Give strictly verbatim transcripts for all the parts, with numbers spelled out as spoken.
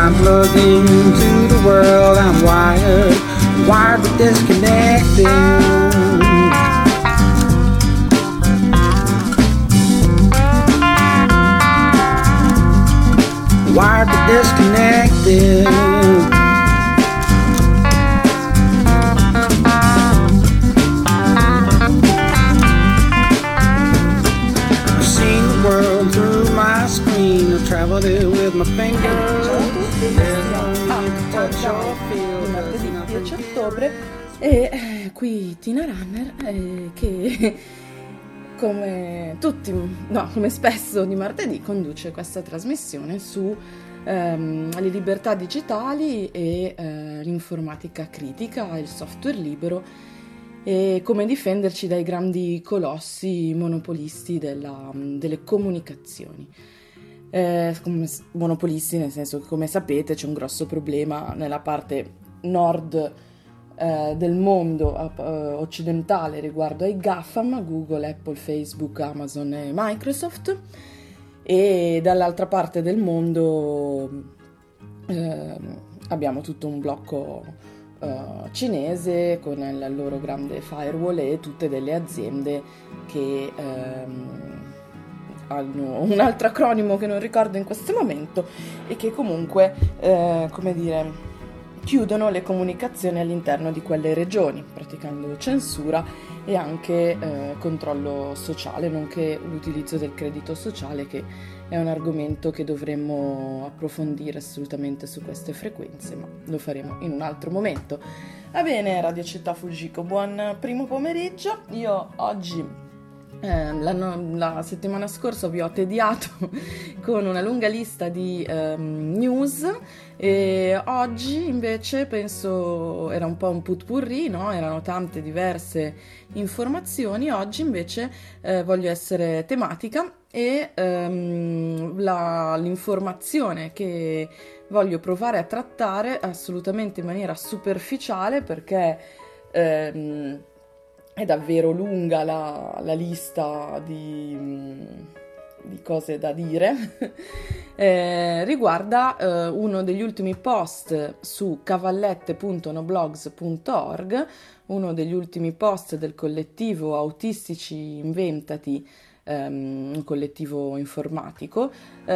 I'm plugged into the world, I'm wired, wired but disconnected. Wired but disconnected. I've seen the world through my screen. I've traveled it with my fingers. dieci ottobre e eh, qui Tina Runner eh, che come tutti, no, come spesso di martedì conduce questa trasmissione su ehm, le libertà digitali e eh, l'informatica critica, il software libero e come difenderci dai grandi colossi monopolisti della, delle comunicazioni. Eh, come monopolisti nel senso che, come sapete, c'è un grosso problema nella parte nord eh, del mondo eh, occidentale riguardo ai GAFAM, Google, Apple, Facebook, Amazon e Microsoft, e dall'altra parte del mondo eh, abbiamo tutto un blocco eh, cinese con il loro grande firewall e tutte delle aziende che ehm, hanno un altro acronimo che non ricordo in questo momento e che comunque, eh, come dire, chiudono le comunicazioni all'interno di quelle regioni, praticando censura e anche eh, controllo sociale, nonché l'utilizzo del credito sociale, che è un argomento che dovremmo approfondire assolutamente su queste frequenze, ma lo faremo in un altro momento. Va bene, Radio Città Fujiko, buon primo pomeriggio. Io oggi Eh, la, la settimana scorsa vi ho tediato con una lunga lista di um, news e oggi invece penso era un po' un potpourri, no? Erano tante diverse informazioni. Oggi invece eh, voglio essere tematica e um, la, l'informazione che voglio provare a trattare assolutamente in maniera superficiale, perché um, è davvero lunga la, la lista di, di cose da dire. eh, riguarda eh, uno degli ultimi post su cavallette punto noblogs punto org, uno degli ultimi post del collettivo Autistici Inventati, um, un collettivo informatico,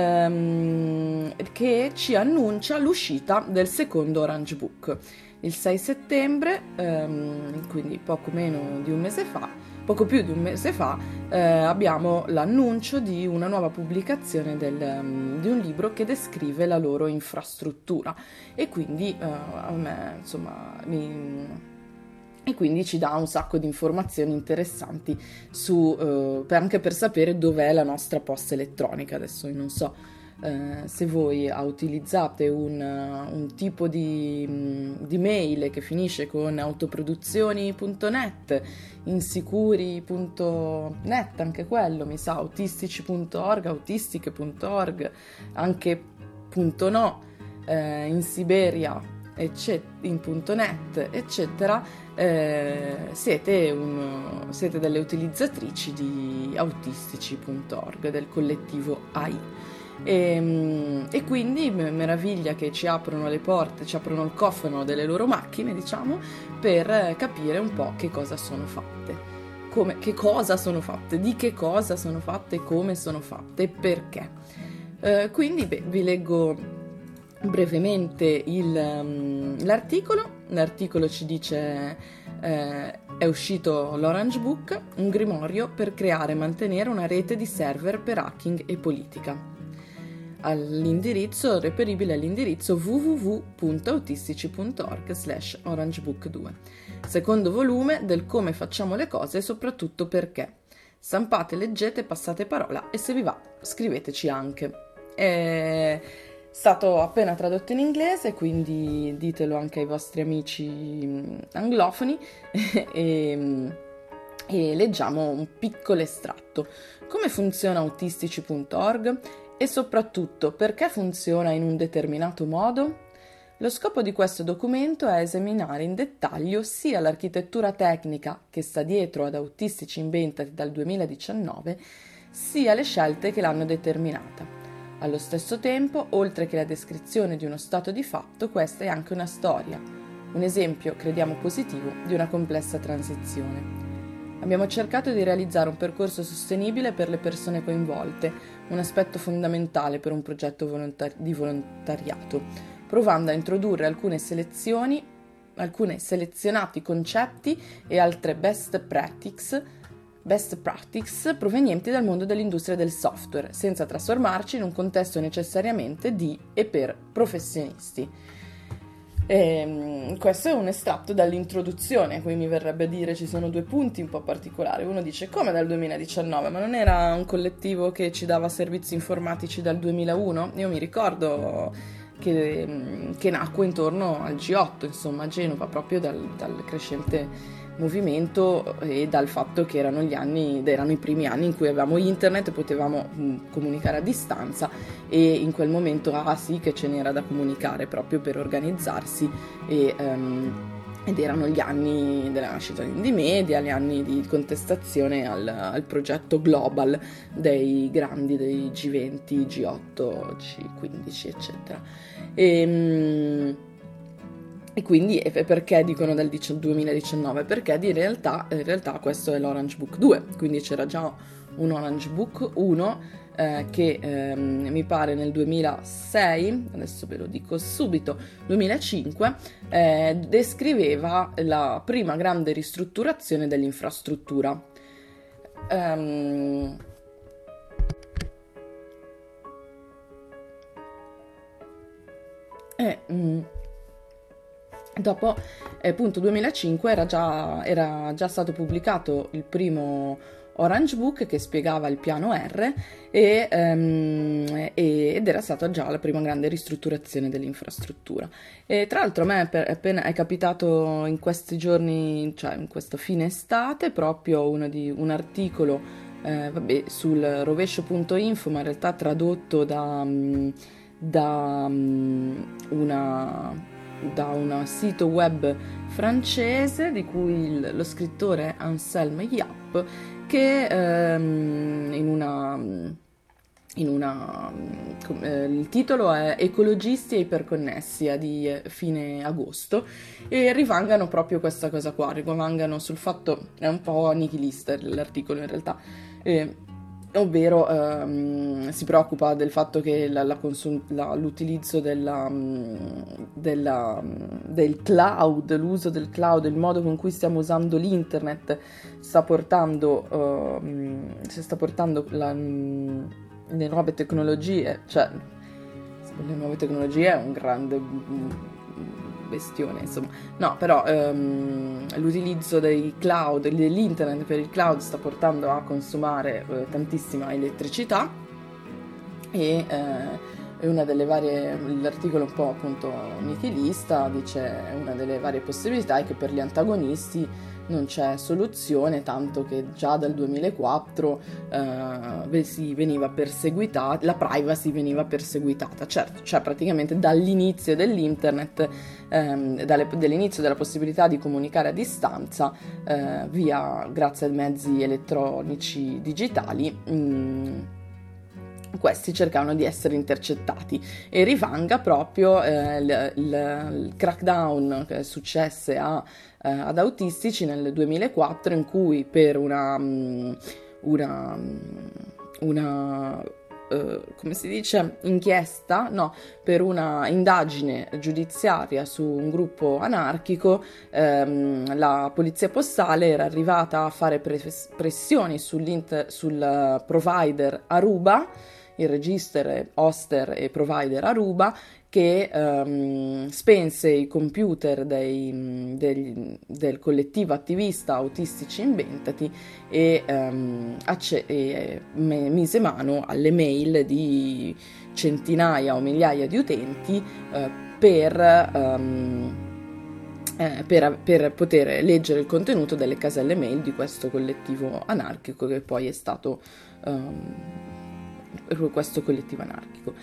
um, che ci annuncia l'uscita del secondo Orange Book. Il sei settembre, ehm, quindi poco meno di un mese fa, poco più di un mese fa, eh, abbiamo l'annuncio di una nuova pubblicazione del, um, di un libro che descrive la loro infrastruttura e quindi, eh, a me, insomma, mi... e quindi ci dà un sacco di informazioni interessanti su, eh, per, anche per sapere dov'è la nostra posta elettronica. Adesso io non so Uh, se voi utilizzate un, uh, un tipo di, mh, di mail che finisce con autoproduzioni punto net, insicuri punto net, anche quello mi sa, autistici punto org, autistiche punto org, anche punto .no, eh, in Siberia, eccetera, in punto .net, eccetera, eh, siete, un, siete delle utilizzatrici di autistici punto org, del collettivo A I. E, e quindi meraviglia che ci aprono le porte, ci aprono il cofano delle loro macchine, diciamo, per capire un po' che cosa sono fatte, come, che cosa sono fatte, di che cosa sono fatte, come sono fatte e perché. Eh, quindi beh, vi leggo brevemente il, um, l'articolo. L'articolo ci dice eh, è uscito l'Orange Book, un grimorio per creare e mantenere una rete di server per hacking e politica, all'indirizzo reperibile all'indirizzo w w w punto autistici punto org slash orangebook due. Secondo volume del come facciamo le cose e soprattutto perché. Stampate, leggete, passate parola e se vi va scriveteci anche. È stato appena tradotto in inglese, quindi ditelo anche ai vostri amici anglofoni e, e leggiamo un piccolo estratto. Come funziona autistici punto org? E soprattutto, perché funziona in un determinato modo? Lo scopo di questo documento è esaminare in dettaglio sia l'architettura tecnica che sta dietro ad Autistici Inventati dal duemiladiciannove, sia le scelte che l'hanno determinata. Allo stesso tempo, oltre che la descrizione di uno stato di fatto, questa è anche una storia, un esempio, crediamo positivo, di una complessa transizione. Abbiamo cercato di realizzare un percorso sostenibile per le persone coinvolte, un aspetto fondamentale per un progetto volontar- di volontariato, provando a introdurre alcune selezioni, alcuni selezionati concetti e altre best practices, best practices provenienti dal mondo dell'industria del software, senza trasformarci in un contesto necessariamente di e per professionisti. E questo è un estratto dall'introduzione, qui mi verrebbe a dire ci sono due punti un po' particolari. Uno dice come dal duemiladiciannove, ma non era un collettivo che ci dava servizi informatici dal duemilauno? Io mi ricordo che, che nacque intorno al G otto, insomma a Genova, proprio dal, dal crescente movimento e dal fatto che erano gli anni, erano i primi anni in cui avevamo internet e potevamo mh, comunicare a distanza, e in quel momento ah sì che ce n'era da comunicare proprio per organizzarsi, e, um, ed erano gli anni della nascita di Indymedia, gli anni di contestazione al, al progetto global dei grandi, dei G venti, G otto, G quindici eccetera. E, mh, E quindi e perché dicono dal duemiladiciannove? Perché di realtà, in realtà questo è l'Orange Book due, quindi c'era già un Orange Book uno eh, che ehm, mi pare nel duemilasei, adesso ve lo dico subito, duemilacinque, eh, descriveva la prima grande ristrutturazione dell'infrastruttura. Um, e, mm, Dopo, eh, appunto, duemilacinque era già, era già stato pubblicato il primo Orange Book che spiegava il piano R e, um, ed era stata già la prima grande ristrutturazione dell'infrastruttura. E tra l'altro a me è, appena, è capitato in questi giorni, cioè in questa fine estate, proprio uno di, un articolo eh, vabbè, sul rovescio punto info, ma in realtà tradotto da, da una... da un sito web francese di cui il, lo scrittore è Anselme Yap, che ehm, in una, in una eh, il titolo è Ecologisti e iperconnessi, è di eh, fine agosto, e rivangano proprio questa cosa qua, rivangano sul fatto, è un po' nichilista l'articolo in realtà, eh, ovvero ehm, si preoccupa del fatto che la, la consum- la, l'utilizzo della, della, del cloud, l'uso del cloud, il modo con cui stiamo usando l'internet sta portando, ehm, si sta portando la, le nuove tecnologie, cioè le nuove tecnologie è un grande bestione, insomma, no, però ehm, l'utilizzo dei cloud, dell'internet per il cloud sta portando a consumare eh, tantissima elettricità, e eh, una delle varie, l'articolo un po' appunto nichilista dice una delle varie possibilità è che per gli antagonisti non c'è soluzione, tanto che già dal duemilaquattro eh, si veniva perseguitata, la privacy veniva perseguitata, certo, cioè praticamente dall'inizio dell'internet, ehm, dalle, dall'inizio della possibilità di comunicare a distanza eh, via, grazie ai mezzi elettronici digitali, mh, questi cercavano di essere intercettati, e rivanga proprio eh, il, il, il crackdown che successe a, eh, ad autistici nel duemilaquattro, in cui per una una, una Uh, come si dice, inchiesta, no, per una indagine giudiziaria su un gruppo anarchico, ehm, la polizia postale era arrivata a fare pres- pressioni sul provider Aruba, il register hoster e provider Aruba, che ehm, spense i computer dei, degli, del collettivo attivista Autistici Inventati e, ehm, acce- e me- mise mano alle mail di centinaia o migliaia di utenti eh, per, ehm, eh, per, per poter leggere il contenuto delle caselle mail di questo collettivo anarchico, che poi è stato ehm, questo collettivo anarchico,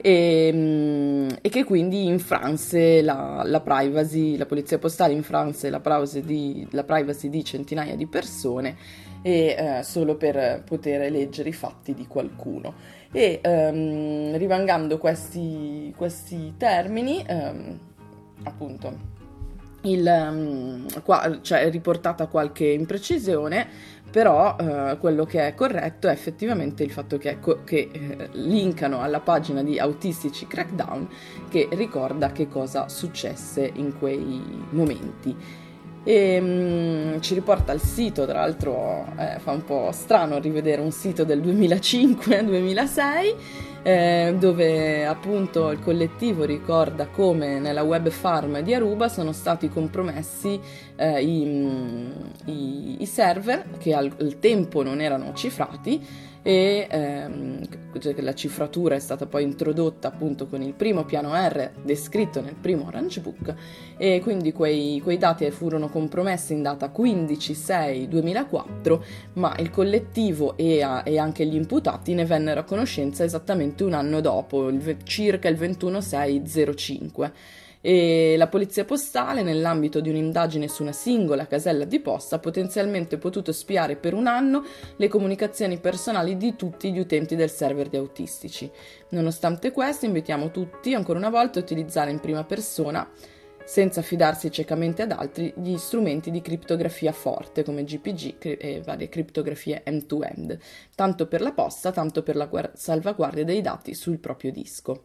e, e che quindi infranse la, la privacy, la polizia postale infranse la privacy di, la privacy di centinaia di persone, e eh, solo per poter leggere i fatti di qualcuno. E ehm, rivangando questi, questi termini, ehm, appunto, il, um, qua, cioè, è riportata qualche imprecisione, però eh, quello che è corretto è effettivamente il fatto che, co- che eh, linkano alla pagina di Autistici Crackdown, che ricorda che cosa successe in quei momenti. E um, ci riporta al sito, tra l'altro eh, fa un po' strano rivedere un sito del duemilacinque duemilasei, eh, dove appunto il collettivo ricorda come nella web farm di Aruba sono stati compromessi eh, i, i, i server che al, al tempo non erano cifrati, e ehm, la cifratura è stata poi introdotta appunto con il primo piano R descritto nel primo Orange Book, e quindi quei, quei dati furono compromessi in data quindici sei duemilaquattro, ma il collettivo e, a, e anche gli imputati ne vennero a conoscenza esattamente un anno dopo, il, circa il ventuno sei zero cinque. E la polizia postale, nell'ambito di un'indagine su una singola casella di posta, ha potenzialmente potuto spiare per un anno le comunicazioni personali di tutti gli utenti del server di Autistici. Nonostante questo, invitiamo tutti ancora una volta a utilizzare in prima persona, senza fidarsi ciecamente ad altri, gli strumenti di criptografia forte come G P G e varie criptografie end-to-end, tanto per la posta, tanto per la guard- salvaguardia dei dati sul proprio disco.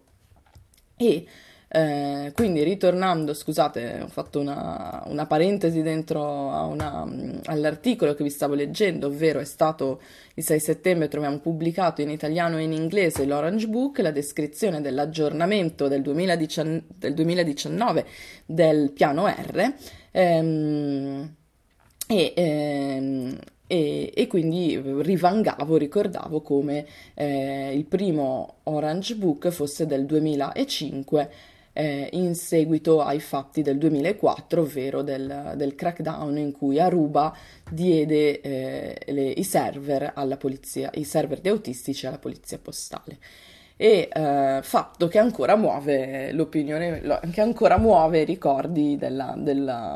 E Eh, quindi ritornando, scusate, ho fatto una, una parentesi dentro a una, all'articolo che vi stavo leggendo, ovvero è stato il sei settembre, troviamo pubblicato in italiano e in inglese l'Orange Book, la descrizione dell'aggiornamento del, duemiladiciannove, del duemiladiciannove del piano R, ehm, e, ehm, E, e quindi rivangavo, ricordavo come eh, il primo Orange Book fosse del duemilacinque, eh, in seguito ai fatti del duemilaquattro, ovvero del, del crackdown in cui Aruba diede eh, le, i server alla polizia, i server di Autistici alla polizia postale. E eh, fatto che ancora muove l'opinione, che ancora muove i ricordi della, della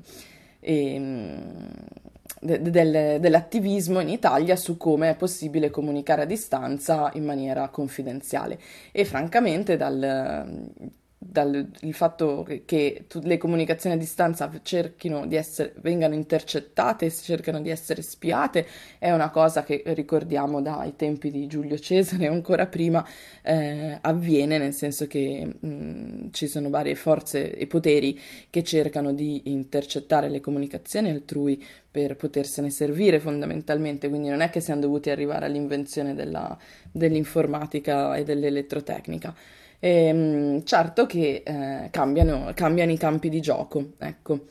e, de, del, dell'attivismo in Italia su come è possibile comunicare a distanza in maniera confidenziale. E francamente dal, dal il fatto che, che tu, le comunicazioni a distanza cerchino di essere, vengano intercettate, cercano di essere spiate, è una cosa che ricordiamo dai tempi di Giulio Cesare, ancora prima eh, avviene, nel senso che mh, ci sono varie forze e poteri che cercano di intercettare le comunicazioni altrui per potersene servire fondamentalmente, quindi non è che siamo dovuti arrivare all'invenzione della, dell'informatica e dell'elettrotecnica. E, certo che eh, cambiano, cambiano i campi di gioco, ecco.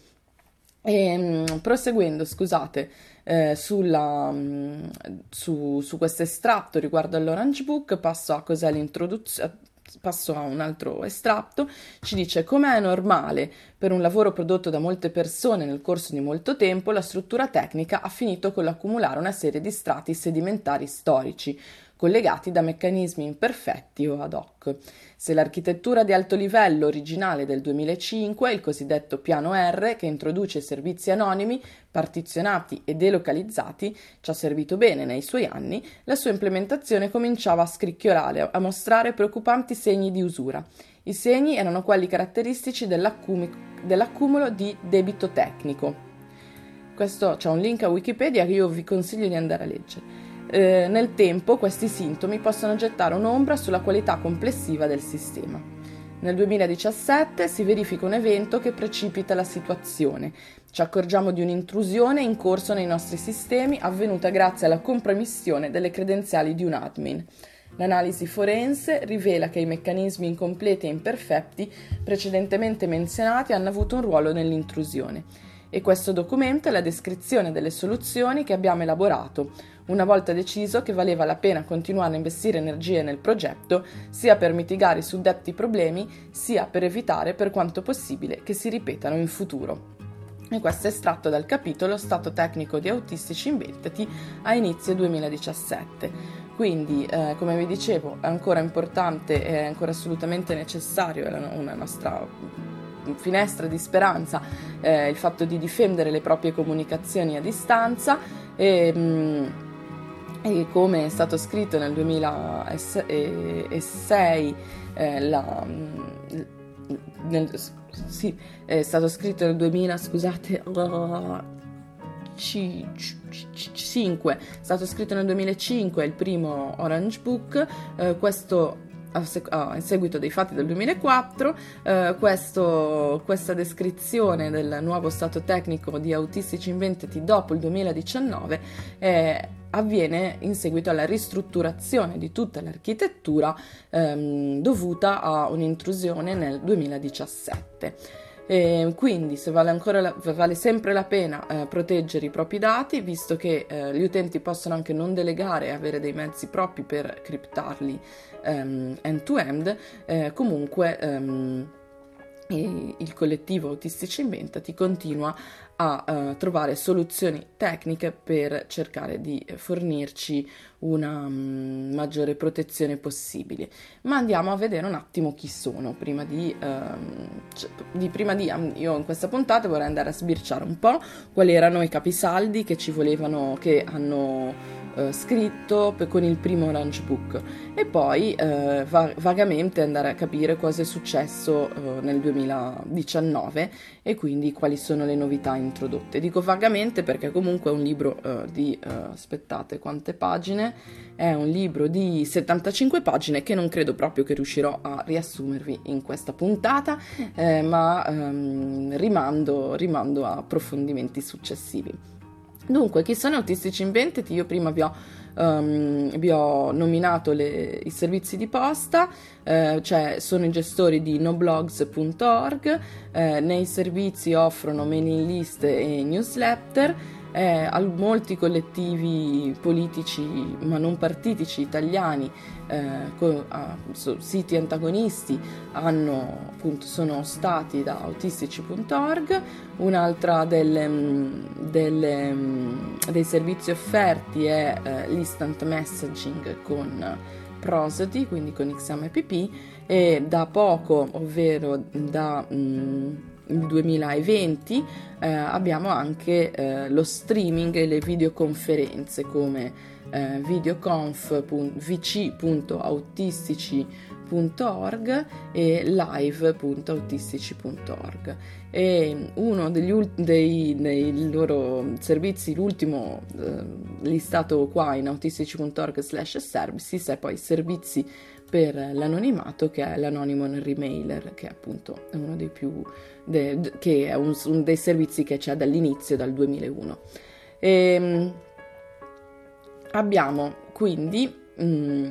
E, proseguendo, scusate, eh, sulla, mh, su, su questo estratto riguardo all'Orange Book, passo a cos'è l'introduzione. Passo a un altro estratto, ci dice: come è normale per un lavoro prodotto da molte persone nel corso di molto tempo, la struttura tecnica ha finito con l'accumulare una serie di strati sedimentari storici, collegati da meccanismi imperfetti o ad hoc. Se l'architettura di alto livello originale del duemilacinque, il cosiddetto piano R, che introduce servizi anonimi, partizionati e delocalizzati, ci ha servito bene nei suoi anni, la sua implementazione cominciava a scricchiolare, a mostrare preoccupanti segni di usura. I segni erano quelli caratteristici dell'accumulo di debito tecnico. Questo c'è un link a Wikipedia che io vi consiglio di andare a leggere. Eh, nel tempo questi sintomi possono gettare un'ombra sulla qualità complessiva del sistema. Nel duemiladiciassette si verifica un evento che precipita la situazione. Ci accorgiamo di un'intrusione in corso nei nostri sistemi avvenuta grazie alla compromissione delle credenziali di un admin. L'analisi forense rivela che i meccanismi incompleti e imperfetti precedentemente menzionati hanno avuto un ruolo nell'intrusione. E questo documento è la descrizione delle soluzioni che abbiamo elaborato, una volta deciso che valeva la pena continuare a investire energie nel progetto, sia per mitigare i suddetti problemi, sia per evitare per quanto possibile che si ripetano in futuro. E questo è estratto dal capitolo Stato tecnico di Autistici inventati a inizio duemiladiciassette. Quindi, eh, come vi dicevo, è ancora importante, è ancora assolutamente necessario, è una nostra finestra di speranza, eh, il fatto di difendere le proprie comunicazioni a distanza e, mh, E come è stato scritto nel duemilasei, eh, la, nel, sì, è stato scritto nel duemila, scusate, cinque, è stato scritto nel duemilacinque il primo Orange Book, eh, questo a, sec- a seguito dei fatti del duemilaquattro, eh, questo, questa descrizione del nuovo stato tecnico di Autistici Inventati dopo il duemiladiciannove eh, avviene in seguito alla ristrutturazione di tutta l'architettura ehm, dovuta a un'intrusione nel duemiladiciassette. E quindi se vale, ancora la, vale sempre la pena eh, proteggere i propri dati, visto che eh, gli utenti possono anche non delegare e avere dei mezzi propri per criptarli um, end-to-end, eh, comunque um, il collettivo Autistici Inventati continua a uh, trovare soluzioni tecniche per cercare di fornirci una um, maggiore protezione possibile. Ma andiamo a vedere un attimo chi sono prima di, um, cioè, di prima di um, io in questa puntata vorrei andare a sbirciare un po' quali erano i capisaldi che ci volevano, che hanno Uh, scritto per, con il primo Orange Book, e poi uh, va- vagamente andare a capire cosa è successo uh, nel duemiladiciannove e quindi quali sono le novità introdotte. Dico vagamente perché comunque è un libro uh, di, uh, aspettate quante pagine, è un libro di settantacinque pagine che non credo proprio che riuscirò a riassumervi in questa puntata, eh, ma um, rimando, rimando a approfondimenti successivi. Dunque, chi sono Autistici Inventati? Io prima vi ho, um, vi ho nominato le, i servizi di posta, eh, cioè sono i gestori di noblogs punto org, eh, nei servizi offrono mailing list e newsletter, eh, molti collettivi politici ma non partitici italiani, eh, co- a, so, siti antagonisti hanno, appunto, sono stati da autistici punto org. Un'altra delle, delle, dei servizi offerti è eh, l'instant messaging con Prosody, quindi con X M P P, e da poco, ovvero da mm, il duemilaventi, eh, abbiamo anche eh, lo streaming e le videoconferenze come eh, videoconf v c punto autistici punto org e live punto autistici punto org. E uno degli ult- dei, dei loro servizi, l'ultimo eh, listato qua in autistici punto org slash services, è poi servizi per l'anonimato, che è l'Anonymous Remailer, che è appunto uno dei più de, de, che è un, un dei servizi che c'è dall'inizio, dal duemilauno. E, abbiamo quindi mm,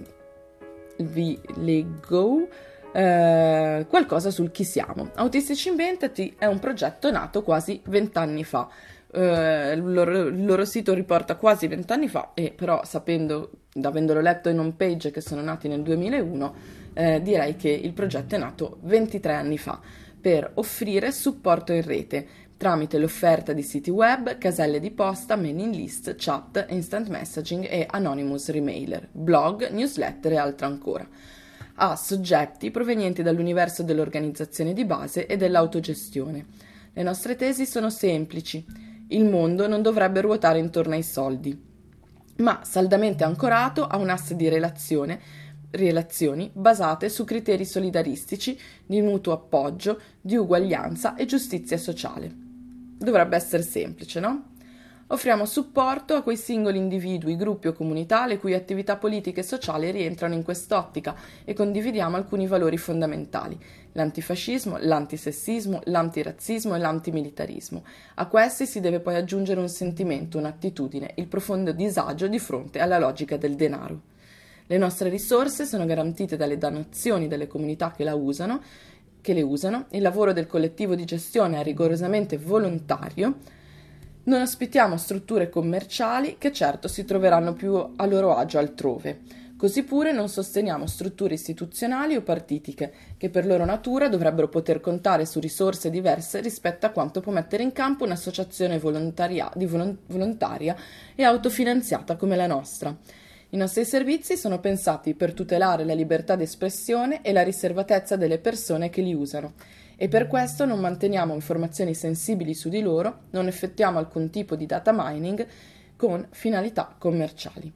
vi leggo eh, qualcosa sul chi siamo. Autistici Inventati è un progetto nato quasi vent'anni fa. Eh, il, loro, il loro sito riporta quasi vent'anni fa, e però sapendo, avendolo letto in home page, che sono nati nel duemilauno, eh, direi che il progetto è nato ventitré anni fa per offrire supporto in rete tramite l'offerta di siti web, caselle di posta, mailing list, chat, instant messaging e anonymous remailer, blog, newsletter e altro ancora, a soggetti provenienti dall'universo dell'organizzazione di base e dell'autogestione. Le nostre tesi sono semplici: il mondo non dovrebbe ruotare intorno ai soldi, ma saldamente ancorato a un asse di relazione relazioni basate su criteri solidaristici, di mutuo appoggio, di uguaglianza e giustizia sociale. Dovrebbe essere semplice, no? Offriamo supporto a quei singoli individui, gruppi o comunità le cui attività politiche e sociali rientrano in quest'ottica, e condividiamo alcuni valori fondamentali: l'antifascismo, l'antisessismo, l'antirazzismo e l'antimilitarismo. A questi si deve poi aggiungere un sentimento, un'attitudine, il profondo disagio di fronte alla logica del denaro. Le nostre risorse sono garantite dalle donazioni delle comunità che la usano, che le usano. Il lavoro del collettivo di gestione è rigorosamente volontario. Non ospitiamo strutture commerciali che certo si troveranno più a loro agio altrove. Così pure non sosteniamo strutture istituzionali o partitiche, che per loro natura dovrebbero poter contare su risorse diverse rispetto a quanto può mettere in campo un'associazione volontaria, di volon- volontaria e autofinanziata come la nostra. I nostri servizi sono pensati per tutelare la libertà d'espressione e la riservatezza delle persone che li usano, e per questo non manteniamo informazioni sensibili su di loro, non effettuiamo alcun tipo di data mining con finalità commerciali.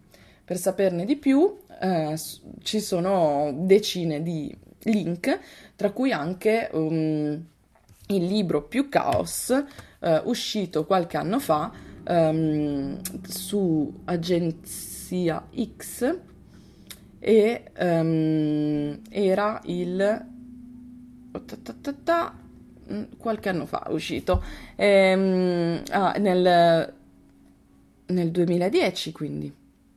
Per saperne di più eh, ci sono decine di link, tra cui anche um, il libro Più Caos, uh, uscito qualche anno fa um, su Agenzia X, e um, era il ta ta ta ta, qualche anno fa è uscito, ehm, ah, nel, nel duemiladieci, quindi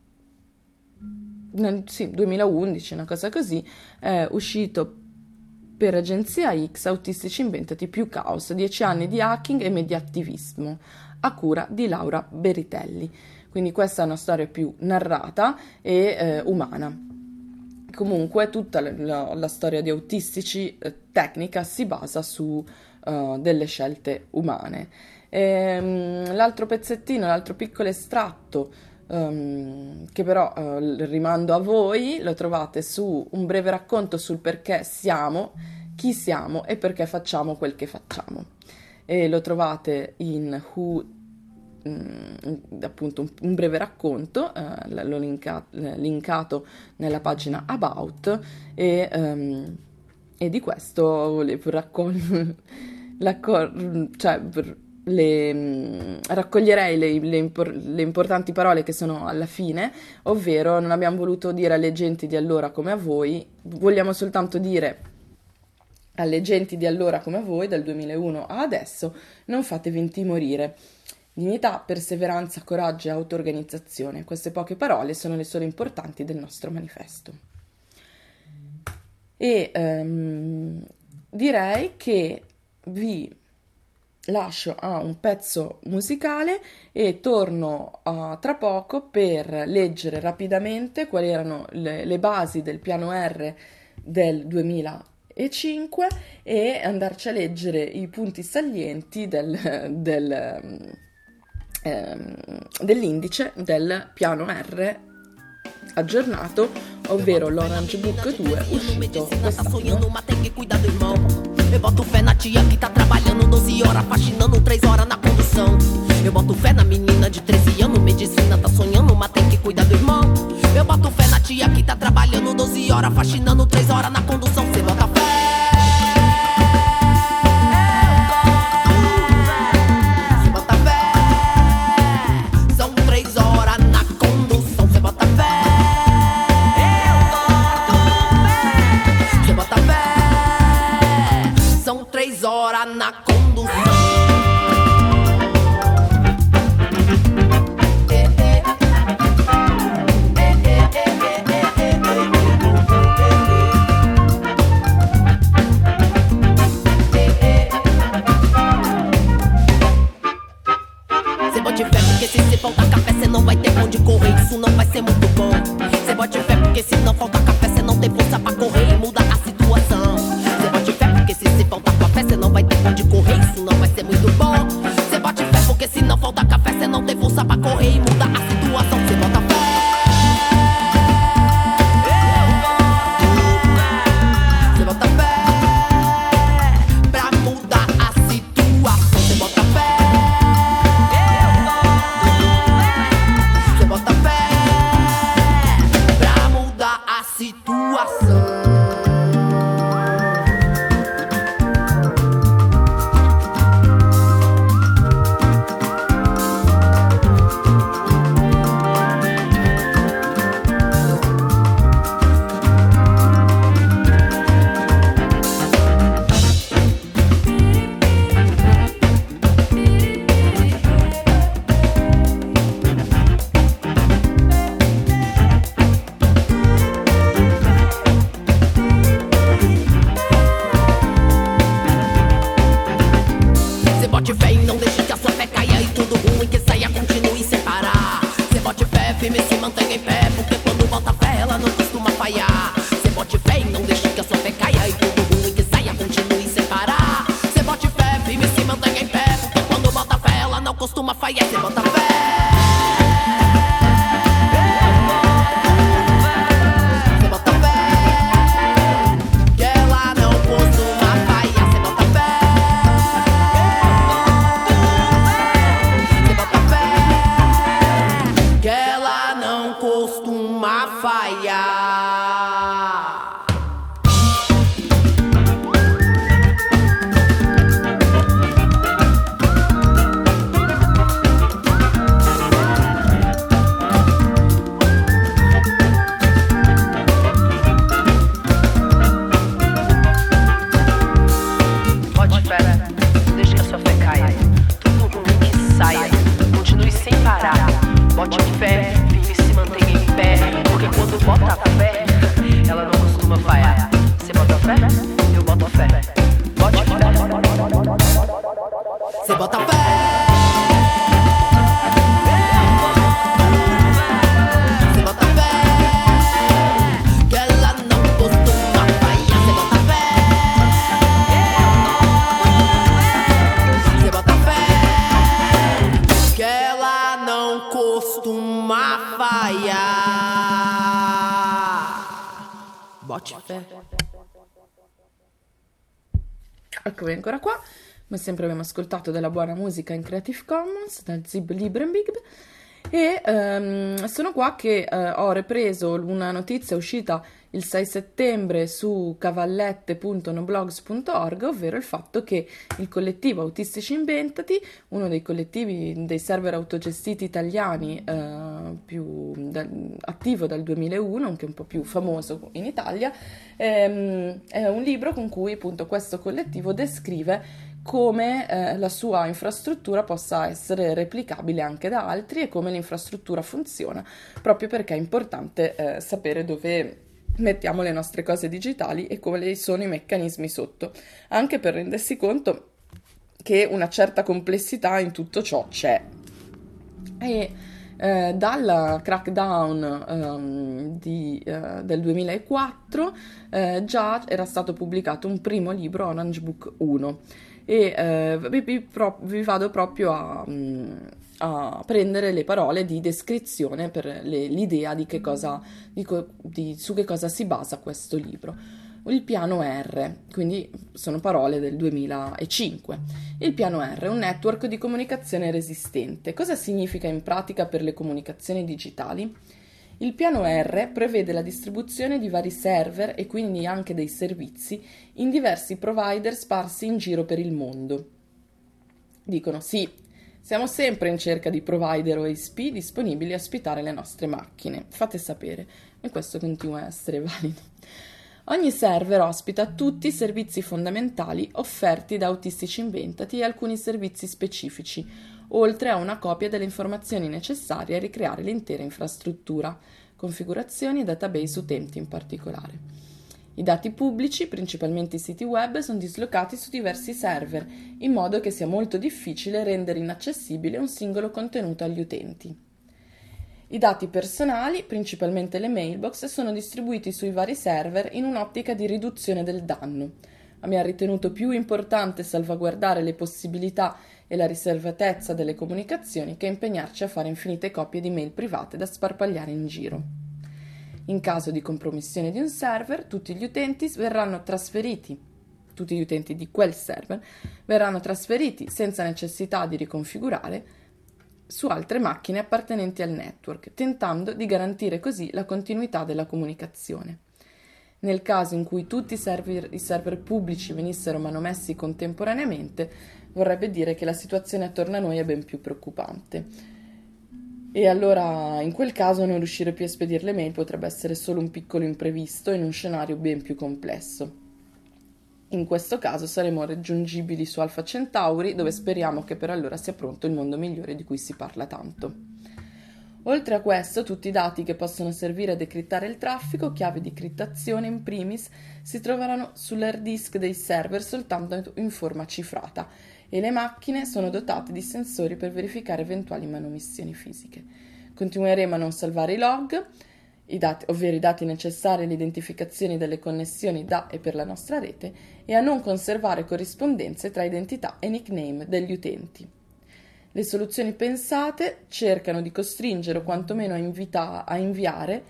nel, sì, duemilaundici, una cosa così, è uscito per Agenzia X, Autistici inventati più caos, dieci anni di hacking e mediattivismo, a cura di Laura Beritelli. Quindi questa è una storia più narrata e eh, umana. Comunque tutta la, la storia di Autistici eh, tecnica si basa su uh, delle scelte umane. E, um, l'altro pezzettino, l'altro piccolo estratto um, che però uh, rimando a voi, lo trovate su un breve racconto sul perché siamo, chi siamo e perché facciamo quel che facciamo. E lo trovate in Who, mm, appunto un, un breve racconto, uh, l'ho linka, linkato nella pagina About, e, um, e di questo volevo raccogliere, cioè, le, raccoglierei le, le, impor, le importanti parole che sono alla fine, ovvero non abbiamo voluto dire alle genti di allora come a voi, vogliamo soltanto dire alle genti di allora come a voi, dal duemilauno a adesso, non fatevi intimorire. Dignità, perseveranza, coraggio e auto-organizzazione. Queste poche parole sono le sole importanti del nostro manifesto. E um, direi che vi lascio a un pezzo musicale e torno uh, tra poco per leggere rapidamente quali erano le, le basi del piano R del duemilacinque e andarci a leggere i punti salienti del, del, ehm, dell'indice del piano R aggiornato, ovvero l'Orange Book due, uscito quest'anno. Eu boto fé na tia que tá trabalhando doze horas, faxinando três horas na condução. Eu boto fé na menina de treze anos, medicina tá sonhando, mas tem que cuidar do irmão. Eu boto fé na tia que tá trabalhando doze horas, faxinando três horas na condução. Cê bota fé. Cê bota fé. São três horas na condução. Cê bota fé. Cê bota fé. São três horas na condução. Cê bote fé porque se cê faltar café cê não vai ter pão de correr, isso não vai ser muito bom. Cê bote fé porque se não faltar café cê não tem força pra correr e muda a situação. Cê bote fé porque se cê faltar café cê não vai ter pão de correr, isso não vai ser muito bom. Cê bote fé porque se não faltar café cê não tem força pra correr e muda a situação. Cê bota fé. Cê bota fé pra mudar a situação. Cê bota fé. Cê bota fé pra mudar a situação. Cê bote fé e não deixe que a sua fé caia e tudo ruim que saia continue sem parar. Cê bote fé, firme se mantenha em pé, porque quando bota fé ela não costuma falhar. Cê bote fé e não deixe que a sua fé caia e tudo ruim que saia continue sem parar. Cê bote fé, firme se mantenha em pé, porque quando bota fé ela não costuma falhar. Cê bota fé. Cê bota fé que ela não costuma falhar. Cê bota fé. Cê bota fé que ela não costuma voce fe. Eccomi ancora qua, come sempre abbiamo ascoltato della buona musica in Creative Commons, dal Zib Libre Big, e um, sono qua che uh, ho ripreso una notizia uscita il sei settembre su cavallette punto noblogs punto org, ovvero il fatto che il collettivo Autistici Inventati, uno dei collettivi dei server autogestiti italiani uh, più da, attivo dal duemilauno, anche un po' più famoso in Italia, ehm, è un libro con cui appunto questo collettivo descrive come eh, la sua infrastruttura possa essere replicabile anche da altri e come l'infrastruttura funziona, proprio perché è importante eh, sapere dove mettiamo le nostre cose digitali e quali sono i meccanismi sotto, anche per rendersi conto che una certa complessità in tutto ciò c'è. E eh, dal crackdown um, di, uh, del duemilaquattro eh, già era stato pubblicato un primo libro, Orange Book uno, e eh, vi, vi, pro- vi vado proprio a, a prendere le parole di descrizione per le, l'idea di che cosa, di co- di, su che cosa si basa questo libro. Il piano R, quindi sono parole del duemilacinque. Il piano R è un network di comunicazione resistente. Cosa significa in pratica per le comunicazioni digitali? Il piano R prevede la distribuzione di vari server e quindi anche dei servizi in diversi provider sparsi in giro per il mondo. Dicono sì, siamo sempre in cerca di provider O S P disponibili a ospitare le nostre macchine. Fate sapere, e questo continua a essere valido. Ogni server ospita tutti i servizi fondamentali offerti da Autistici Inventati e alcuni servizi specifici, oltre a una copia delle informazioni necessarie a ricreare l'intera infrastruttura, configurazioni e database utenti in particolare. I dati pubblici, principalmente i siti web, sono dislocati su diversi server, in modo che sia molto difficile rendere inaccessibile un singolo contenuto agli utenti. I dati personali, principalmente le mailbox, sono distribuiti sui vari server in un'ottica di riduzione del danno. Abbiamo ritenuto più importante salvaguardare le possibilità e la riservatezza delle comunicazioni che impegnarci a fare infinite copie di mail private da sparpagliare in giro. In caso di compromissione di un server, tutti gli utenti verranno trasferiti, tutti gli utenti di quel server verranno trasferiti senza necessità di riconfigurare su altre macchine appartenenti al network, tentando di garantire così la continuità della comunicazione. Nel caso in cui tutti i server, i server pubblici venissero manomessi contemporaneamente, vorrebbe dire che la situazione attorno a noi è ben più preoccupante. E allora, in quel caso, non riuscire più a spedire le mail potrebbe essere solo un piccolo imprevisto in un scenario ben più complesso. In questo caso saremo raggiungibili su Alpha Centauri, dove speriamo che per allora sia pronto il mondo migliore di cui si parla tanto. Oltre a questo, tutti i dati che possono servire a decrittare il traffico, chiavi di criptazione in primis, si troveranno sull'hard disk dei server soltanto in forma cifrata e le macchine sono dotate di sensori per verificare eventuali manomissioni fisiche. Continueremo a non salvare i log, i dati, ovvero i dati necessari alle identificazioni delle connessioni da e per la nostra rete, e a non conservare corrispondenze tra identità e nickname degli utenti. Le soluzioni pensate cercano di costringere o quantomeno a, invita- a inviare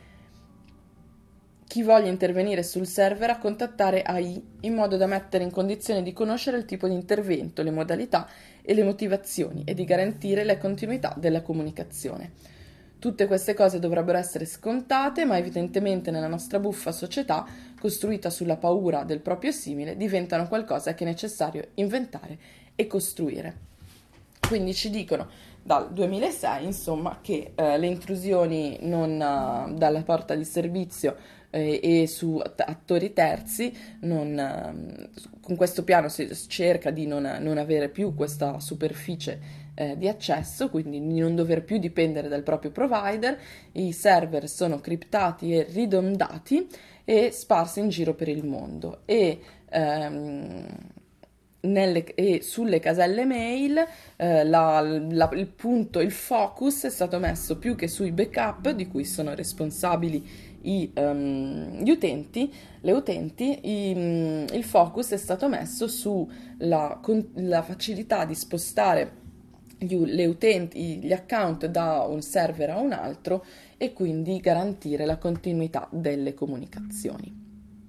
chi voglia intervenire sul server a contattare A I in modo da mettere in condizione di conoscere il tipo di intervento, le modalità e le motivazioni e di garantire la continuità della comunicazione. Tutte queste cose dovrebbero essere scontate, ma evidentemente nella nostra buffa società, costruita sulla paura del proprio simile, diventano qualcosa che è necessario inventare e costruire. Quindi ci dicono dal duemilasei, insomma, che eh, le intrusioni non, uh, dalla porta di servizio eh, e su attori terzi, non, uh, con questo piano si cerca di non, non avere più questa superficie eh, di accesso, quindi di non dover più dipendere dal proprio provider. I server sono criptati e ridondati e sparsi in giro per il mondo. E ehm, Nelle, e sulle caselle mail eh, la, la, il punto, il focus è stato messo più che sui backup di cui sono responsabili i, um, gli utenti, le utenti, i, um, il focus è stato messo sulla la facilità di spostare gli, le utenti, gli account da un server a un altro e quindi garantire la continuità delle comunicazioni.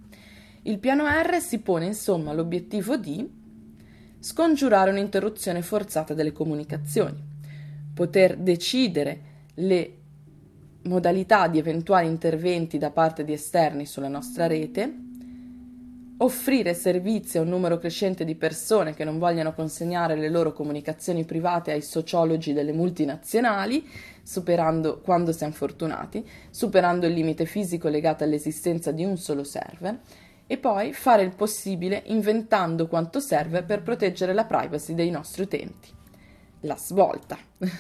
Il piano R si pone insomma l'obiettivo di scongiurare un'interruzione forzata delle comunicazioni, poter decidere le modalità di eventuali interventi da parte di esterni sulla nostra rete, offrire servizi a un numero crescente di persone che non vogliano consegnare le loro comunicazioni private ai sociologi delle multinazionali, superando, quando siamo fortunati, superando il limite fisico legato all'esistenza di un solo server, e poi fare il possibile inventando quanto serve per proteggere la privacy dei nostri utenti. La svolta.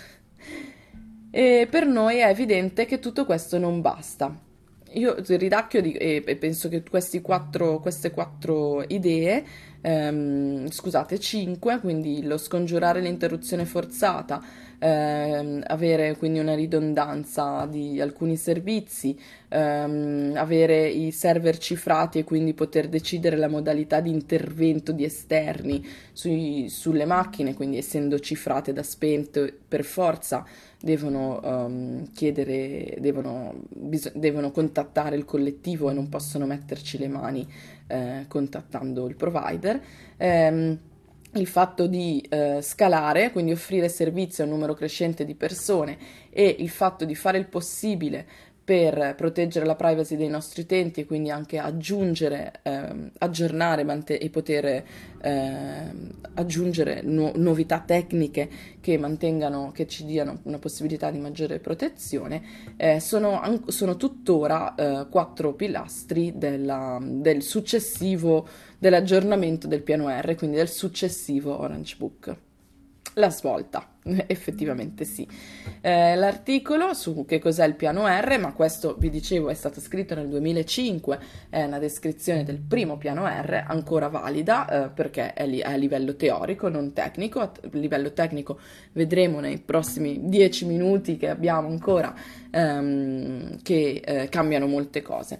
E per noi è evidente che tutto questo non basta. Io ridacchio di, e, e penso che questi quattro, queste quattro idee, ehm, scusate, cinque, quindi lo scongiurare l'interruzione forzata, ehm, avere quindi una ridondanza di alcuni servizi, ehm, avere i server cifrati e quindi poter decidere la modalità di intervento di esterni sui, sulle macchine, quindi essendo cifrate da spento per forza devono um, chiedere, devono, bis- devono contattare il collettivo e non possono metterci le mani eh, contattando il provider. Ehm, il fatto di eh, scalare, quindi offrire servizi a un numero crescente di persone, e il fatto di fare il possibile per proteggere la privacy dei nostri utenti e quindi anche aggiungere, ehm, aggiornare mante- e poter ehm, aggiungere nu- novità tecniche che mantengano, che ci diano una possibilità di maggiore protezione, eh, sono, an- sono tuttora eh, quattro pilastri della- del successivo, dell'aggiornamento del piano R, quindi del successivo Orange Book. La svolta, effettivamente sì. Eh, l'articolo su che cos'è il piano R, ma questo vi dicevo è stato scritto nel duemilacinque, è una descrizione del primo piano R ancora valida eh, perché è, li- è a livello teorico, non tecnico. A t- livello tecnico vedremo nei prossimi dieci minuti che abbiamo ancora ehm, che eh, cambiano molte cose.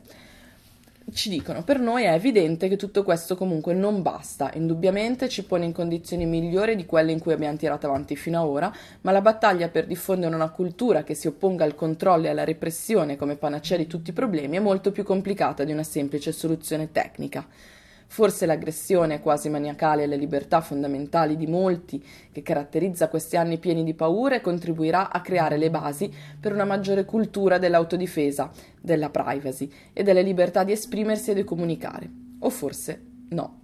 Ci dicono, per noi è evidente che tutto questo comunque non basta, indubbiamente ci pone in condizioni migliori di quelle in cui abbiamo tirato avanti fino ad ora, ma la battaglia per diffondere una cultura che si opponga al controllo e alla repressione come panacea di tutti i problemi è molto più complicata di una semplice soluzione tecnica. Forse l'aggressione quasi maniacale alle libertà fondamentali di molti che caratterizza questi anni pieni di paure contribuirà a creare le basi per una maggiore cultura dell'autodifesa, della privacy e della libertà di esprimersi e di comunicare. O forse no.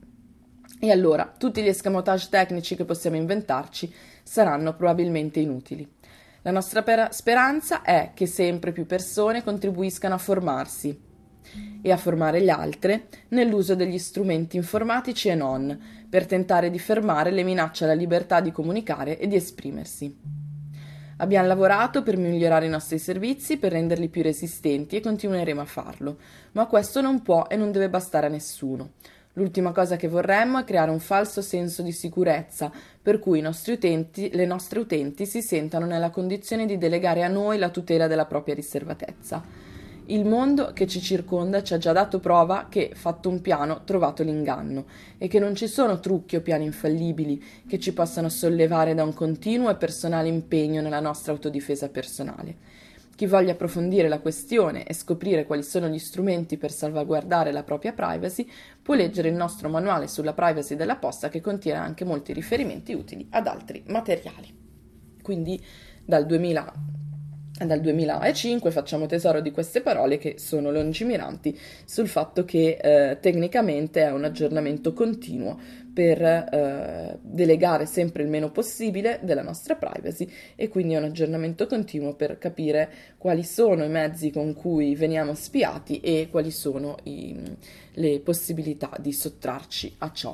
E allora tutti gli escamotage tecnici che possiamo inventarci saranno probabilmente inutili. La nostra per- speranza è che sempre più persone contribuiscano a formarsi e a formare gli altri nell'uso degli strumenti informatici e non, per tentare di fermare le minacce alla libertà di comunicare e di esprimersi. Abbiamo lavorato per migliorare i nostri servizi, per renderli più resistenti e continueremo a farlo, ma questo non può e non deve bastare a nessuno. L'ultima cosa che vorremmo è creare un falso senso di sicurezza, per cui i nostri utenti, le nostre utenti si sentano nella condizione di delegare a noi la tutela della propria riservatezza. Il mondo che ci circonda ci ha già dato prova che, fatto un piano, trovato l'inganno, e che non ci sono trucchi o piani infallibili che ci possano sollevare da un continuo e personale impegno nella nostra autodifesa personale. Chi voglia approfondire la questione e scoprire quali sono gli strumenti per salvaguardare la propria privacy può leggere il nostro manuale sulla privacy della posta, che contiene anche molti riferimenti utili ad altri materiali. Quindi dal duemila Dal duemilacinque facciamo tesoro di queste parole che sono lungimiranti sul fatto che eh, tecnicamente è un aggiornamento continuo per eh, delegare sempre il meno possibile della nostra privacy, e quindi è un aggiornamento continuo per capire quali sono i mezzi con cui veniamo spiati e quali sono i, le possibilità di sottrarci a ciò.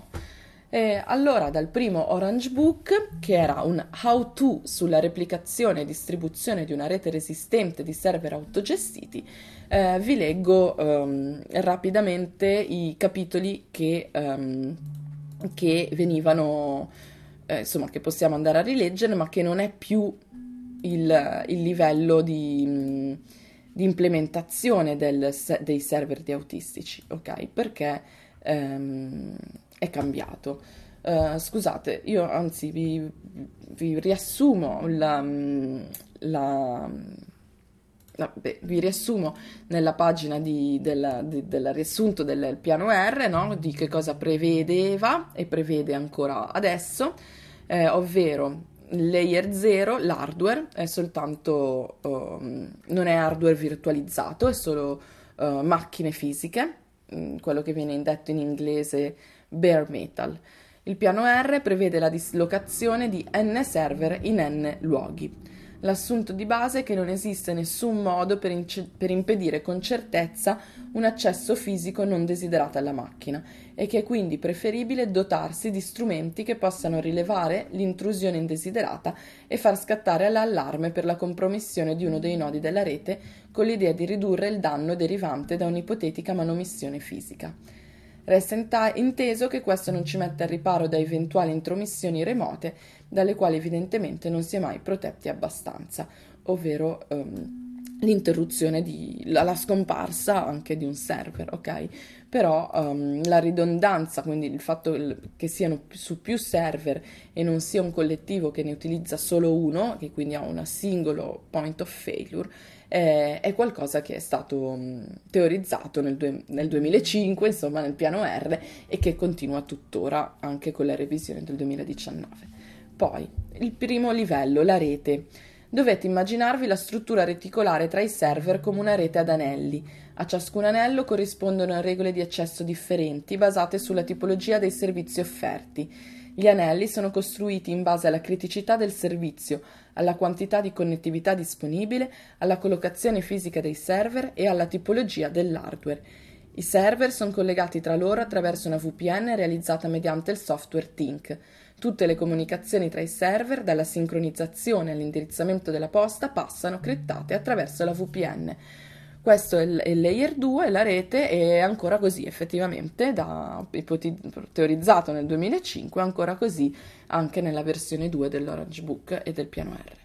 E allora, dal primo Orange Book, che era un how-to sulla replicazione e distribuzione di una rete resistente di server autogestiti, eh, vi leggo um, rapidamente i capitoli che, um, che venivano, eh, insomma, che possiamo andare a rileggere, ma che non è più il, il livello di, di implementazione del, dei server di autistici, ok? Perché um, è cambiato. Uh, scusate, io anzi vi, vi riassumo la, la, Vabbè, vi riassumo nella pagina di, del, di- del riassunto del piano R, no? Di che cosa prevedeva e prevede ancora adesso, eh, ovvero layer zero, l'hardware è soltanto, ehm, non è hardware virtualizzato, è solo eh, macchine fisiche, mm, quello che viene detto in inglese bare metal. Il piano R prevede la dislocazione di n server in n luoghi. L'assunto di base è che non esiste nessun modo per, ince- per impedire con certezza un accesso fisico non desiderato alla macchina e che è quindi preferibile dotarsi di strumenti che possano rilevare l'intrusione indesiderata e far scattare l'allarme per la compromissione di uno dei nodi della rete con l'idea di ridurre il danno derivante da un'ipotetica manomissione fisica. Resta inta- inteso che questo non ci mette al riparo da eventuali intromissioni remote, dalle quali evidentemente non si è mai protetti abbastanza, ovvero ehm, l'interruzione di la, la scomparsa anche di un server, ok? Però ehm, la ridondanza, quindi il fatto il- che siano pi- su più server e non sia un collettivo che ne utilizza solo uno, che quindi ha un singolo point of failure, è, è qualcosa che è stato mh, teorizzato nel, due- nel duemilacinque, insomma nel piano R, e che continua tuttora anche con la revisione del duemiladiciannove. Poi, il primo livello, la rete. Dovete immaginarvi la struttura reticolare tra i server come una rete ad anelli. A ciascun anello corrispondono regole di accesso differenti basate sulla tipologia dei servizi offerti. Gli anelli sono costruiti in base alla criticità del servizio, alla quantità di connettività disponibile, alla collocazione fisica dei server e alla tipologia dell'hardware. I server sono collegati tra loro attraverso una V P N realizzata mediante il software Tink. Tutte le comunicazioni tra i server, dalla sincronizzazione all'indirizzamento della posta, passano criptate attraverso la V P N. Questo è il, è il layer due, la rete è ancora così effettivamente, da ipoti- teorizzato nel duemilacinque, ancora così anche nella versione due dell'Orange Book e del piano R.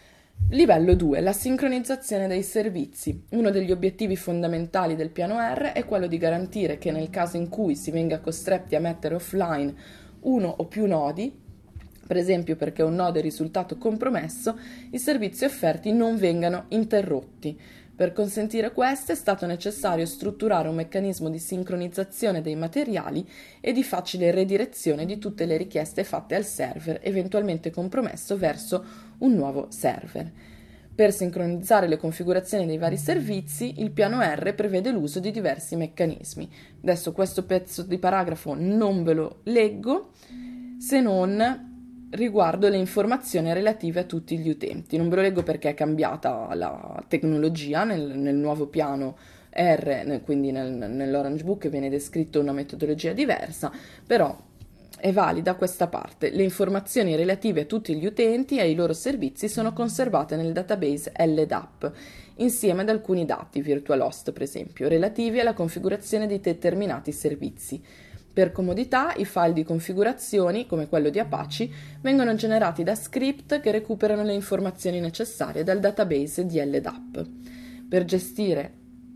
Livello due. La sincronizzazione dei servizi. Uno degli obiettivi fondamentali del piano R è quello di garantire che nel caso in cui si venga costretti a mettere offline uno o più nodi, per esempio perché un nodo è risultato compromesso, i servizi offerti non vengano interrotti. Per consentire questo è stato necessario strutturare un meccanismo di sincronizzazione dei materiali e di facile redirezione di tutte le richieste fatte al server eventualmente compromesso verso un nuovo server. Per sincronizzare le configurazioni dei vari servizi, il piano R prevede l'uso di diversi meccanismi. Adesso questo pezzo di paragrafo non ve lo leggo, se non riguardo le informazioni relative a tutti gli utenti. Non ve lo leggo perché è cambiata la tecnologia nel, nel nuovo piano R, nel, quindi nel, nell'Orange Book viene descritto una metodologia diversa, però è valida questa parte. Le informazioni relative a tutti gli utenti e ai loro servizi sono conservate nel database L D A P, insieme ad alcuni dati, VirtualHost per esempio, relativi alla configurazione di determinati servizi. Per comodità, i file di configurazioni, come quello di Apache, vengono generati da script che recuperano le informazioni necessarie dal database di L D A P. Per gestire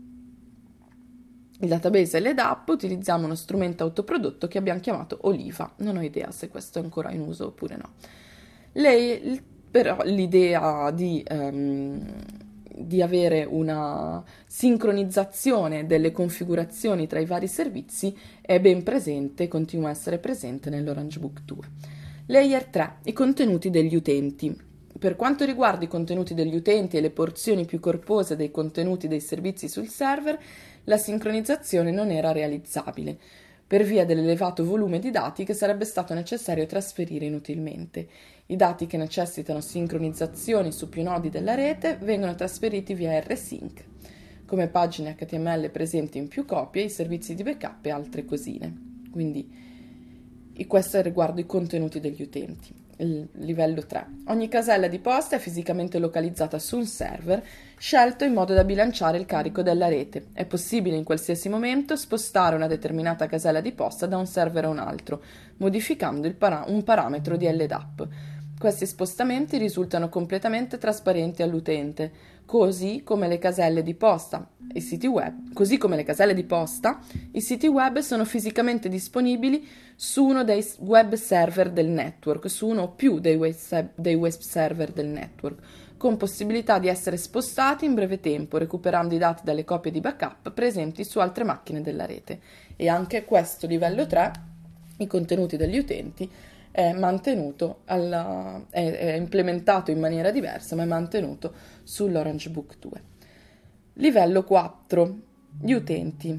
il database L D A P utilizziamo uno strumento autoprodotto che abbiamo chiamato Oliva. Non ho idea se questo è ancora in uso oppure no. Lei, però, l'idea di... Um, di avere una sincronizzazione delle configurazioni tra i vari servizi è ben presente, continua a essere presente nell'Orange Book due. Layer tre. I contenuti degli utenti. Per quanto riguarda i contenuti degli utenti e le porzioni più corpose dei contenuti dei servizi sul server, la sincronizzazione non era realizzabile, per via dell'elevato volume di dati che sarebbe stato necessario trasferire inutilmente. I dati che necessitano sincronizzazioni su più nodi della rete vengono trasferiti via rsync, come pagine H T M L presenti in più copie, i servizi di backup e altre cosine. Quindi questo è riguardo i contenuti degli utenti. Il livello tre. Ogni casella di posta è fisicamente localizzata su un server scelto in modo da bilanciare il carico della rete. È possibile in qualsiasi momento spostare una determinata casella di posta da un server a un altro, modificando il para- un parametro di L D A P. Questi spostamenti risultano completamente trasparenti all'utente, così come le caselle di posta, i siti web, così come le caselle di posta, i siti web sono fisicamente disponibili su uno dei web server del network, su uno o più dei web, dei web server del network, con possibilità di essere spostati in breve tempo, recuperando i dati dalle copie di backup presenti su altre macchine della rete. E anche questo livello tre, i contenuti degli utenti, è mantenuto, alla, è, è implementato in maniera diversa, ma è mantenuto sull'Orange Book due. Livello quattro, gli utenti.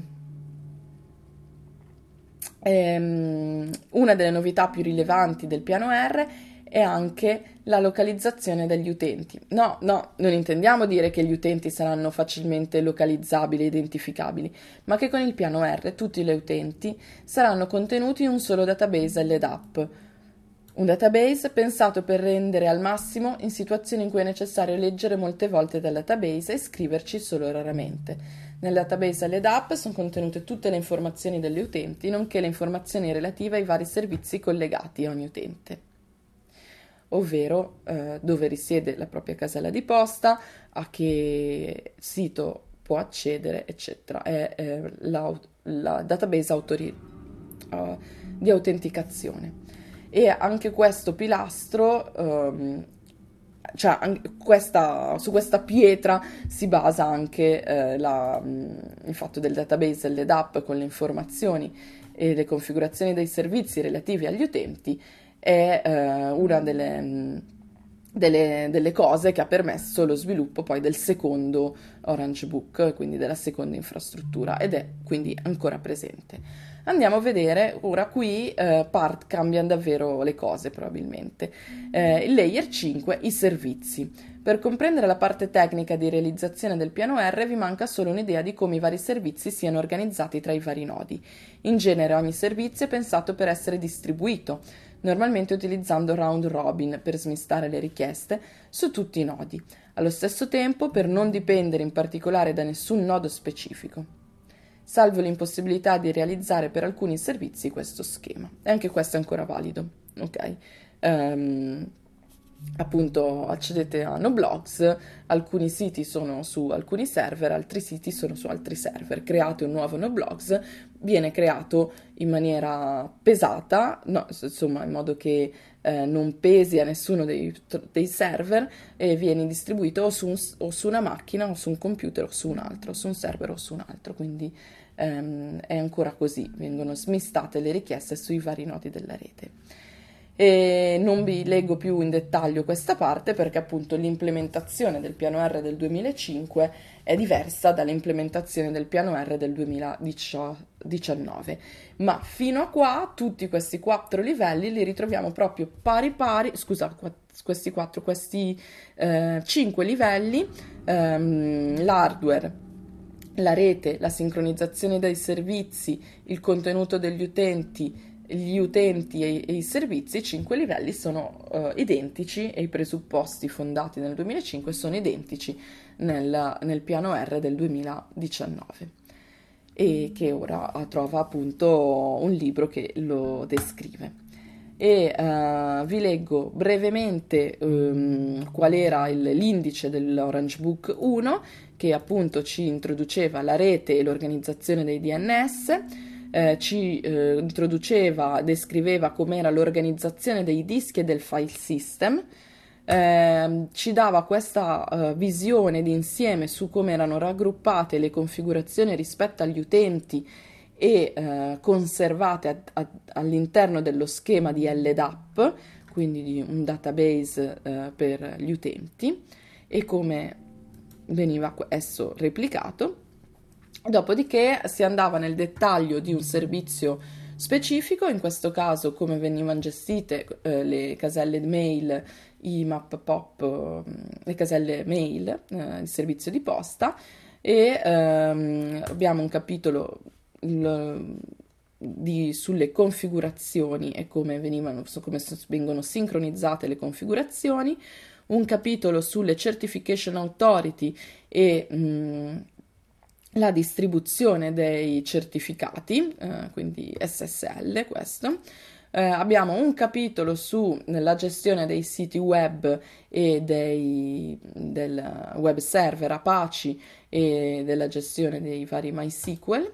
Ehm, una delle novità più rilevanti del piano R è anche la localizzazione degli utenti. No, no, non intendiamo dire che gli utenti saranno facilmente localizzabili e identificabili, ma che con il piano R tutti gli utenti saranno contenuti in un solo database L D A P. Un database pensato per rendere al massimo in situazioni in cui è necessario leggere molte volte dal database e scriverci solo raramente. Nel database L D A P sono contenute tutte le informazioni degli utenti, nonché le informazioni relative ai vari servizi collegati a ogni utente, ovvero eh, dove risiede la propria casella di posta, a che sito può accedere, eccetera. È, è la, la database autori, uh, di autenticazione. E anche questo pilastro, um, cioè questa, su questa pietra si basa anche eh, la, il fatto del database L D A P con le informazioni e le configurazioni dei servizi relativi agli utenti. È eh, una delle, delle, delle cose che ha permesso lo sviluppo poi del secondo Orange Book, quindi della seconda infrastruttura, ed è quindi ancora presente. Andiamo a vedere, ora qui eh, part, cambiano davvero le cose probabilmente. Eh, il layer cinque, i servizi. Per comprendere la parte tecnica di realizzazione del piano R vi manca solo un'idea di come i vari servizi siano organizzati tra i vari nodi. In genere ogni servizio è pensato per essere distribuito, normalmente utilizzando round robin per smistare le richieste su tutti i nodi, allo stesso tempo per non dipendere in particolare da nessun nodo specifico, salvo l'impossibilità di realizzare per alcuni servizi questo schema. E anche questo è ancora valido, ok? Um, appunto accedete a Noblogs, alcuni siti sono su alcuni server, altri siti sono su altri server. Create un nuovo Noblogs, viene creato in maniera pesata, no, insomma in modo che eh, non pesi a nessuno dei, dei server, e viene distribuito o su, un, o su una macchina o su un computer o su un altro, su un server o su un altro, quindi ehm, è ancora così, vengono smistate le richieste sui vari nodi della rete. E non vi leggo più in dettaglio questa parte perché appunto l'implementazione del piano R del duemilacinque è diversa dall'implementazione del piano R del duemiladiciannove, ma fino a qua tutti questi quattro livelli li ritroviamo proprio pari pari, scusa, questi quattro, questi eh, cinque livelli, ehm, l'hardware, la rete, la sincronizzazione dei servizi, il contenuto degli utenti, gli utenti e, e i servizi, cinque livelli sono uh, identici, e i presupposti fondati nel duemilacinque sono identici nel, nel piano R del duemiladiciannove, e che ora trova appunto un libro che lo descrive. E uh, vi leggo brevemente um, qual era il, l'indice dell'Orange Book uno, che appunto ci introduceva la rete e l'organizzazione dei D N S. Eh, ci eh, introduceva, descriveva com'era l'organizzazione dei dischi e del file system, eh, ci dava questa eh, visione d'insieme su come erano raggruppate le configurazioni rispetto agli utenti e eh, conservate a, a, all'interno dello schema di L D A P, quindi di un database eh, per gli utenti, e come veniva esso replicato. Dopodiché si andava nel dettaglio di un servizio specifico, in questo caso come venivano gestite eh, le caselle mail, i map pop, eh, le caselle mail, eh, il servizio di posta, e ehm, abbiamo un capitolo il, di, sulle configurazioni e come venivano, come vengono sincronizzate le configurazioni, un capitolo sulle certification authority e mh, la distribuzione dei certificati, eh, quindi S S L questo. Eh, abbiamo un capitolo sulla gestione dei siti web e dei, del web server Apache e della gestione dei vari MySQL.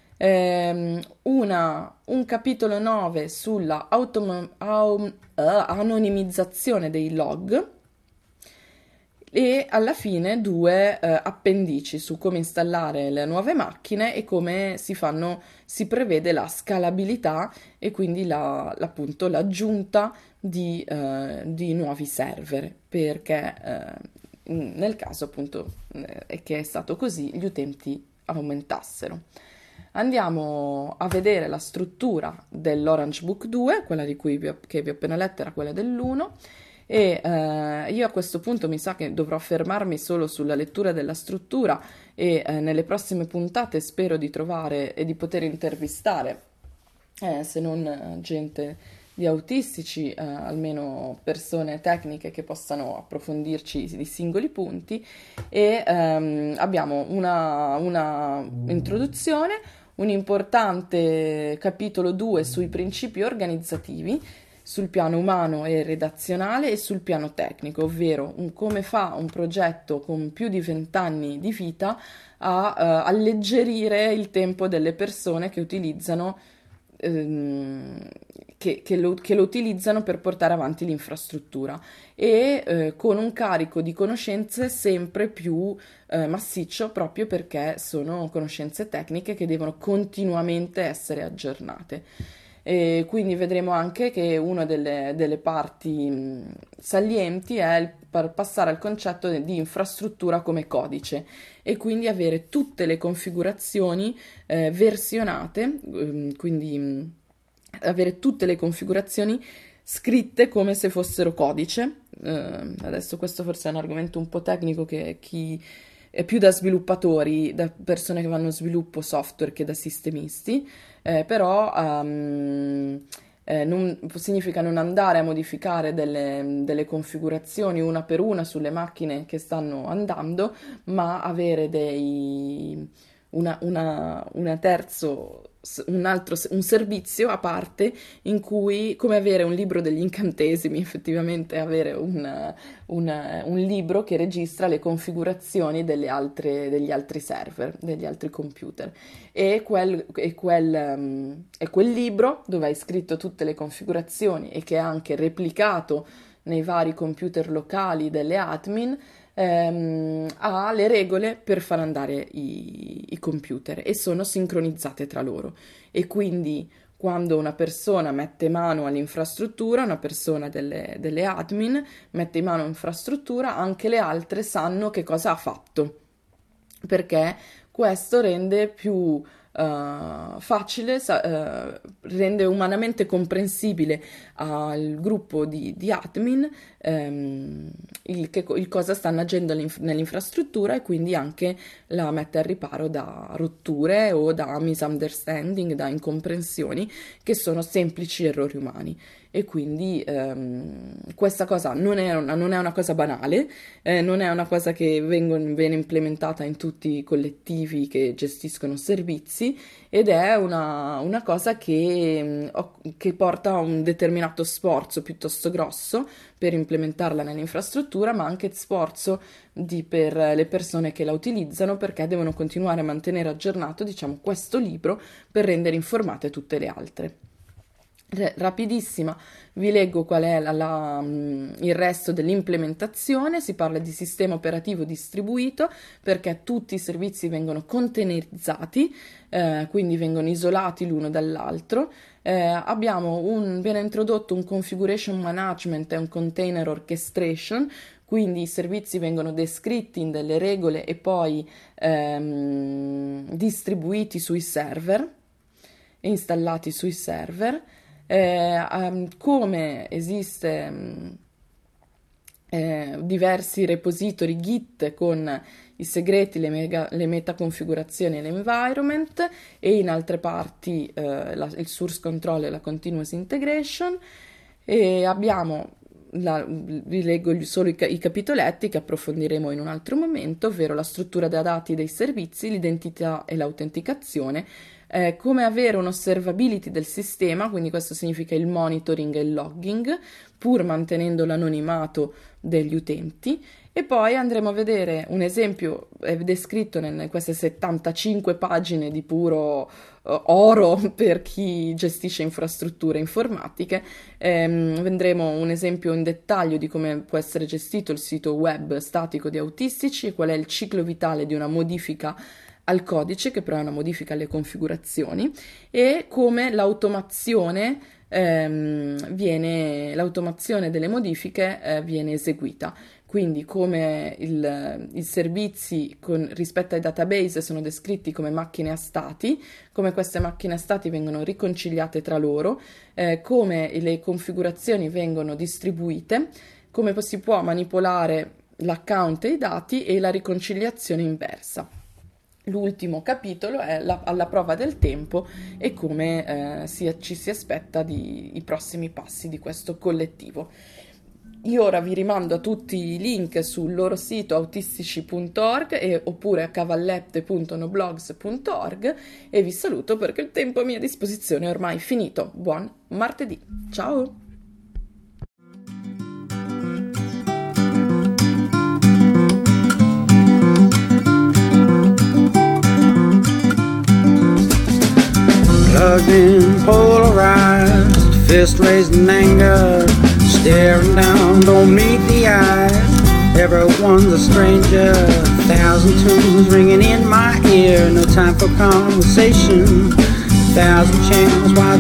Eh, una, un capitolo nove sulla autom- au- uh, anonimizzazione dei log. e alla fine due eh, appendici su come installare le nuove macchine e come si fanno, si prevede la scalabilità e quindi la, appunto l'aggiunta di, eh, di nuovi server, perché eh, nel caso appunto eh, che è stato così, gli utenti aumentassero. Andiamo a vedere la struttura dell'Orange Book due, quella di cui vi ho, che vi ho appena letto era quella dell'uno. E eh, io a questo punto mi sa che dovrò fermarmi solo sulla lettura della struttura e eh, nelle prossime puntate spero di trovare e di poter intervistare, eh, se non eh, gente di autistici, eh, almeno persone tecniche che possano approfondirci i singoli punti. E ehm, abbiamo una, una introduzione, un importante capitolo due sui principi organizzativi, sul piano umano e redazionale e sul piano tecnico, ovvero un, come fa un progetto con più di vent'anni di vita a uh, alleggerire il tempo delle persone che utilizzano, ehm, che, che, lo, che lo utilizzano per portare avanti l'infrastruttura e eh, con un carico di conoscenze sempre più eh, massiccio, proprio perché sono conoscenze tecniche che devono continuamente essere aggiornate. E quindi vedremo anche che una delle, delle parti mh, salienti è il per passare al concetto di infrastruttura come codice e quindi avere tutte le configurazioni eh, versionate, ehm, quindi mh, avere tutte le configurazioni scritte come se fossero codice. Eh, adesso questo forse è un argomento un po' tecnico che chi è più da sviluppatori, da persone che vanno sviluppo software che da sistemisti, eh, però um, eh, non, significa non andare a modificare delle, delle configurazioni una per una sulle macchine che stanno andando, ma avere dei, una, una, una terzo un altro un servizio a parte in cui, come avere un libro degli incantesimi, effettivamente avere un, un, un libro che registra le configurazioni delle altre, degli altri server, degli altri computer e quel, e, quel, um, e quel libro dove hai scritto tutte le configurazioni e che è anche replicato nei vari computer locali delle admin, ehm, ha le regole per far andare i, i computer e sono sincronizzate tra loro. E quindi quando una persona mette mano all'infrastruttura, una persona delle, delle admin mette in mano all'infrastruttura, anche le altre sanno che cosa ha fatto, perché questo rende più Uh, facile, uh, rende umanamente comprensibile al gruppo di, di admin um, il, che, il cosa stanno agendo nell'infrastruttura e quindi anche la mette al riparo da rotture o da misunderstanding, da incomprensioni che sono semplici errori umani. E quindi ehm, questa cosa non è una, non è una cosa banale, eh, non è una cosa che vengono, viene implementata in tutti i collettivi che gestiscono servizi ed è una, una cosa che, che porta a un determinato sforzo piuttosto grosso per implementarla nell'infrastruttura, ma anche sforzo di, per le persone che la utilizzano, perché devono continuare a mantenere aggiornato, diciamo, questo libro per rendere informate tutte le altre. Rapidissima, vi leggo qual è la, la, il resto dell'implementazione. Si parla di sistema operativo distribuito perché tutti i servizi vengono containerizzati, eh, quindi vengono isolati l'uno dall'altro. Eh, abbiamo un, viene introdotto un configuration management e un container orchestration, quindi i servizi vengono descritti in delle regole e poi ehm, distribuiti sui server, installati sui server. Eh, um, come esiste um, eh, diversi repository Git con i segreti, le, mega, le metaconfigurazioni e l'environment, e in altre parti eh, la, il source control e la continuous integration. E abbiamo, la, vi leggo solo i, i capitoletti che approfondiremo in un altro momento, ovvero la struttura dei dati dei servizi, l'identità e l'autenticazione, Eh, come avere un observability del sistema, quindi questo significa il monitoring e il logging, pur mantenendo l'anonimato degli utenti. E poi andremo a vedere un esempio, è descritto in queste settantacinque pagine di puro oro per chi gestisce infrastrutture informatiche. Ehm, vedremo un esempio in dettaglio di come può essere gestito il sito web statico di Autistici e qual è il ciclo vitale di una modifica al codice, che però è una modifica alle configurazioni, e come l'automazione ehm, viene, l'automazione delle modifiche eh, viene eseguita. Quindi come il, i servizi con, rispetto ai database sono descritti come macchine a stati, come queste macchine a stati vengono riconciliate tra loro, eh, come le configurazioni vengono distribuite, come si può manipolare l'account e i dati e la riconciliazione inversa. L'ultimo capitolo è la, alla prova del tempo e come eh, si, ci si aspetta di, i prossimi passi di questo collettivo. Io ora vi rimando a tutti i link sul loro sito autistici punto org e, oppure a cavallette punto noblogs punto org e vi saluto perché il tempo a mia disposizione è ormai finito. Buon martedì, ciao! Plugged in, polarized, fist raised in anger, staring down, don't meet the eyes. Everyone's a stranger, thousand tunes ringing in my ear. No time for conversation, thousand channels wide